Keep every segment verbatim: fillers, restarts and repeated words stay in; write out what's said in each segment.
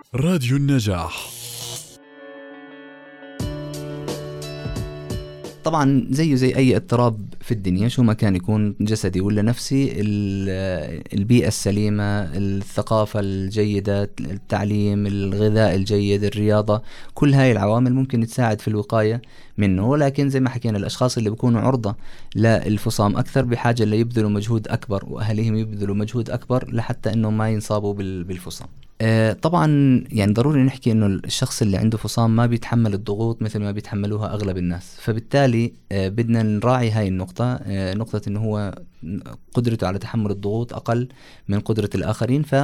راديو النجاح. طبعا زيه زي أي اضطراب في الدنيا، شو ما كان يكون جسدي ولا نفسي، البيئة السليمة، الثقافة الجيدة، التعليم، الغذاء الجيد، الرياضة، كل هاي العوامل ممكن تساعد في الوقاية منه. ولكن زي ما حكينا، الأشخاص اللي بيكونوا عرضة للفصام أكثر بحاجة اللي يبذلوا مجهود أكبر، وأهلهم يبذلوا مجهود أكبر لحتى أنهم ما ينصابوا بالفصام. آه طبعا يعني ضروري نحكي انه الشخص اللي عنده فصام ما بيتحمل الضغوط مثل ما بيتحملوها اغلب الناس، فبالتالي آه بدنا نراعي هاي النقطة، آه نقطة انه هو قدرته على تحمل الضغوط اقل من قدرة الاخرين، ف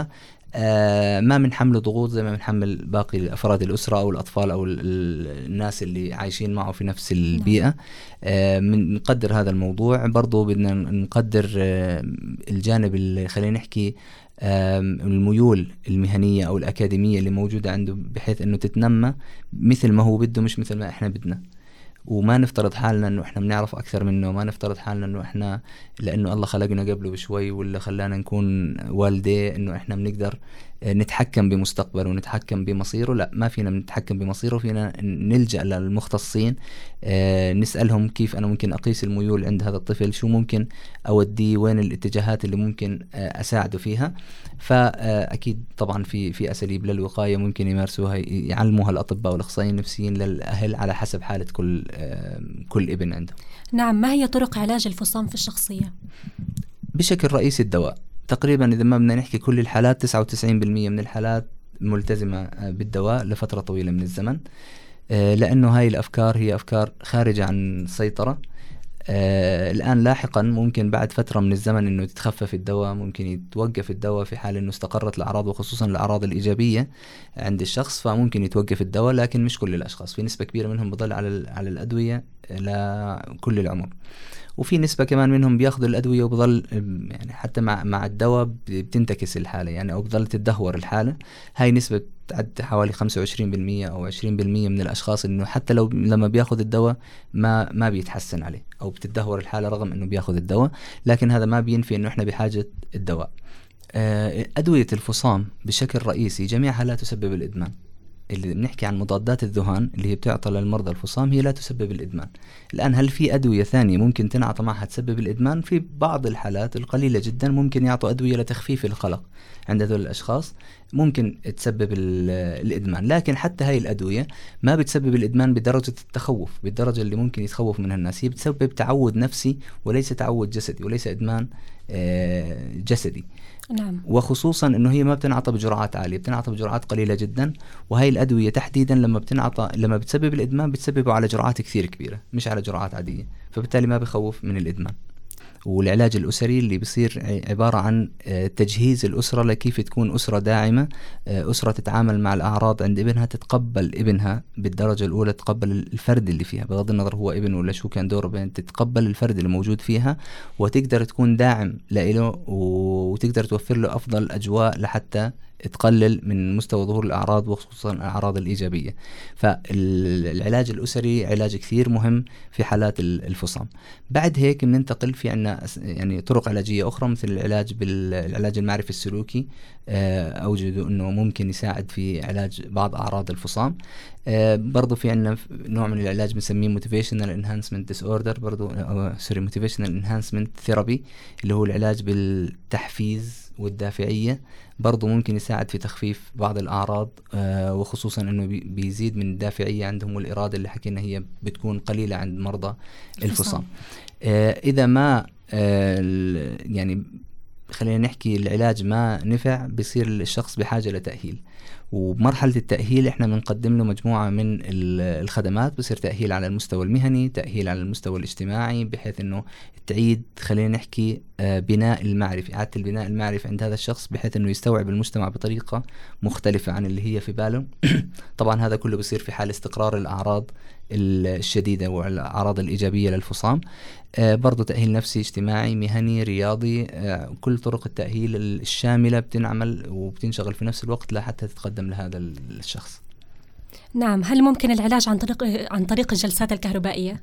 آه ما بنحمله ضغوط زي ما بنحمل باقي افراد الاسرة او الاطفال او الناس اللي عايشين معه في نفس البيئة. آه من نقدر هذا الموضوع. برضو بدنا نقدر آه الجانب اللي خلينا نحكي الميول المهنية أو الأكاديمية اللي موجودة عنده، بحيث أنه تتنمى مثل ما هو بده مش مثل ما إحنا بدنا، وما نفترض حالنا أنه إحنا بنعرف أكثر منه، ما نفترض حالنا أنه إحنا لأنه الله خلقنا قبله بشوي ولا خلانا نكون والديه أنه إحنا بنقدر نتحكم بمستقبله ونتحكم بمصيره. لا، ما فينا نتحكم بمصيره، فينا نلجأ للمختصين نسألهم كيف أنا ممكن أقيس الميول عند هذا الطفل، شو ممكن أوديه، وين الاتجاهات اللي ممكن أساعده فيها. فأكيد طبعا في في أساليب للوقاية ممكن يمارسوها، يعلموها الأطباء والأخصائيين النفسيين للأهل على حسب حالة كل كل ابن عنده. نعم، ما هي طرق علاج الفصام في الشخصية؟ بشكل رئيسي الدواء. تقريبا إذا ما بدنا نحكي كل الحالات، تسعة وتسعين بالمئة من الحالات ملتزمة بالدواء لفترة طويلة من الزمن، لأنه هاي الأفكار هي أفكار خارجة عن السيطرة. الآن لاحقا ممكن بعد فترة من الزمن أنه تتخفف الدواء، ممكن يتوقف الدواء في حال أنه استقرت الأعراض، وخصوصا الأعراض الإيجابية عند الشخص، فممكن يتوقف الدواء. لكن مش كل الأشخاص، في نسبة كبيرة منهم بضل على على الأدوية لكل العمر، وفي نسبة كمان منهم بياخذوا الأدوية وبضل يعني حتى مع مع الدواء بتنتكس الحالة يعني، أو بضل تدهور الحالة. هاي نسبة تعد حوالي خمسة وعشرين بالمئة أو عشرين بالمئة من الأشخاص، إنه حتى لو لما بياخذ الدواء ما ما بيتحسن عليه أو بتدهور الحالة رغم إنه بياخذ الدواء. لكن هذا ما بينفي إنه إحنا بحاجة الدواء. أدوية الفصام بشكل رئيسي جميعها لا تسبب الإدمان. اللي بنحكي عن مضادات الذهان اللي هي بتعطى للمرضى الفصام هي لا تسبب الإدمان. الآن هل في أدوية ثانية ممكن تنعطى معها تسبب الإدمان؟ في بعض الحالات القليلة جدا ممكن يعطوا أدوية لتخفيف القلق عند هذول الأشخاص، ممكن تسبب الإدمان. لكن حتى هاي الأدوية ما بتسبب الإدمان بدرجة التخوف، بالدرجة اللي ممكن يتخوف منها الناس. هي بتسبب تعود نفسي وليس تعود جسدي، وليس إدمان جسدي. نعم. وخصوصا انه هي ما بتنعطى بجرعات عاليه، بتنعطى بجرعات قليله جدا. وهي الادويه تحديدا لما بتنعطى لما بتسبب الادمان بتسببه على جرعات كثير كبيره، مش على جرعات عاديه، فبالتالي ما بخوف من الادمان. والعلاج الأسري اللي بيصير عبارة عن تجهيز الأسرة لكيف تكون أسرة داعمة، أسرة تتعامل مع الأعراض عند ابنها، تتقبل ابنها بالدرجة الأولى، تتقبل الفرد اللي فيها بغض النظر هو ابن ولا شو كان دوره بين، تتقبل الفرد اللي موجود فيها وتقدر تكون داعم لإله، وتقدر توفر له أفضل أجواء لحتى تقلل من مستوى ظهور الأعراض وخصوصا الأعراض الإيجابية. فالعلاج الأسري علاج كثير مهم في حالات الفصام. بعد هيك بننتقل في عنا يعني طرق علاجية أخرى مثل العلاج بالعلاج المعرفي السلوكي، أوجدوا أنه ممكن يساعد في علاج بعض أعراض الفصام. برضو في عنا نوع من العلاج بنسميه motivational enhancement disorder، برضو سوري motivational enhancement therapy، اللي هو العلاج بالتحفيز والدافعية، برضو ممكن يساعد في تخفيف بعض الأعراض، آه وخصوصا أنه بي بيزيد من الدافعية عندهم، والإرادة اللي حكينا هي بتكون قليلة عند مرضى الفصام. آه إذا ما آه يعني خلينا نحكي العلاج ما نفع، بيصير الشخص بحاجة لتأهيل، وبمرحلة التأهيل احنا بنقدم له مجموعة من الخدمات، بصير تأهيل على المستوى المهني، تأهيل على المستوى الاجتماعي، بحيث انه تعيد خلينا نحكي بناء المعرفي، إعادة البناء المعرفي عند هذا الشخص، بحيث انه يستوعب المجتمع بطريقة مختلفة عن اللي هي في باله. طبعا هذا كله بصير في حال استقرار الأعراض الشديدة والأعراض الإيجابية للفصام. آه برضو تأهيل نفسي، اجتماعي، مهني، رياضي، آه كل طرق التأهيل الشاملة بتنعمل وبتنشغل في نفس الوقت لحتى تتقدم لهذا الشخص. نعم. هل ممكن العلاج عن طريق عن طريق الجلسات الكهربائية؟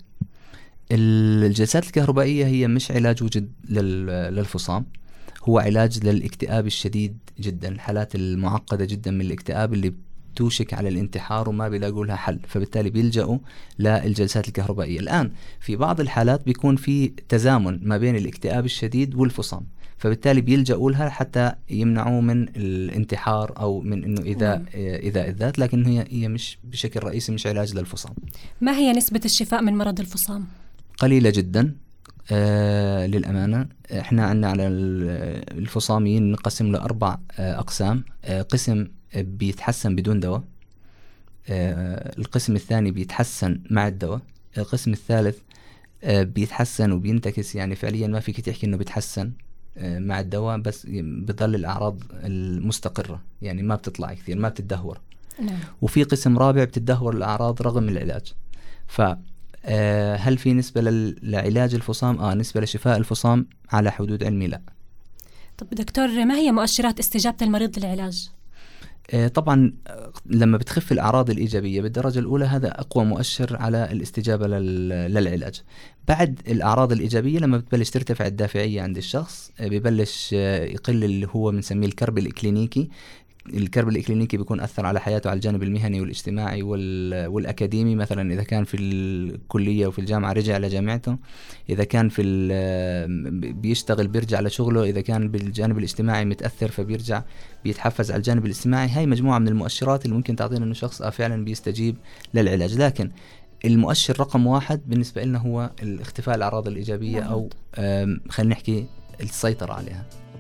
الجلسات الكهربائية هي مش علاج وجد للفصام، هو علاج للاكتئاب الشديد جدا، الحالات المعقدة جدا من الاكتئاب اللي توشك على الانتحار وما بيلاقوا لها حل، فبالتالي بيلجأوا للجلسات الكهربائية. الآن في بعض الحالات بيكون في تزامن ما بين الاكتئاب الشديد والفصام، فبالتالي بيلجأوا لها حتى يمنعوا من الانتحار أو من إنه إذا إذا الذات، لكن هي هي مش بشكل رئيسي مش علاج للفصام. ما هي نسبة الشفاء من مرض الفصام؟ قليلة جدا آه للأمانة. إحنا عندنا على الفصاميين نقسم لأربع آه أقسام. آه قسم بيتحسن بدون دواء، آه القسم الثاني بيتحسن مع الدواء، القسم الثالث آه بيتحسن وبينتكس، يعني فعليا ما فيك تحكي إنه بيتحسن آه مع الدواء، بس بتظل الأعراض المستقرة، يعني ما بتطلع كثير، ما بتتدهور. نعم. وفي قسم رابع بتتدهور الأعراض رغم العلاج. ف أه هل في نسبة لعلاج الفصام؟ آه نسبة لشفاء الفصام على حدود علمي لا. طب دكتور، ما هي مؤشرات استجابة المريض للعلاج؟ أه طبعا لما بتخف الأعراض الإيجابية بالدرجة الأولى هذا أقوى مؤشر على الاستجابة للعلاج. بعد الأعراض الإيجابية لما بتبلش ترتفع الدافعية عند الشخص، أه ببلش أه يقل اللي هو بنسميه الكرب الإكلينيكي. الكرب الإكلينيكي بيكون أثر على حياته على الجانب المهني والاجتماعي والأكاديمي، مثلا إذا كان في الكلية وفي الجامعة رجع لجامعته، إذا كان في بيشتغل بيرجع لشغله، إذا كان بالجانب الاجتماعي متأثر فبيرجع بيتحفز على الجانب الاجتماعي. هاي مجموعة من المؤشرات اللي ممكن تعطينا إنه شخص فعلا بيستجيب للعلاج. لكن المؤشر رقم واحد بالنسبة لنا هو الاختفاء الأعراض الإيجابية، أو خلينا نحكي السيطرة عليها.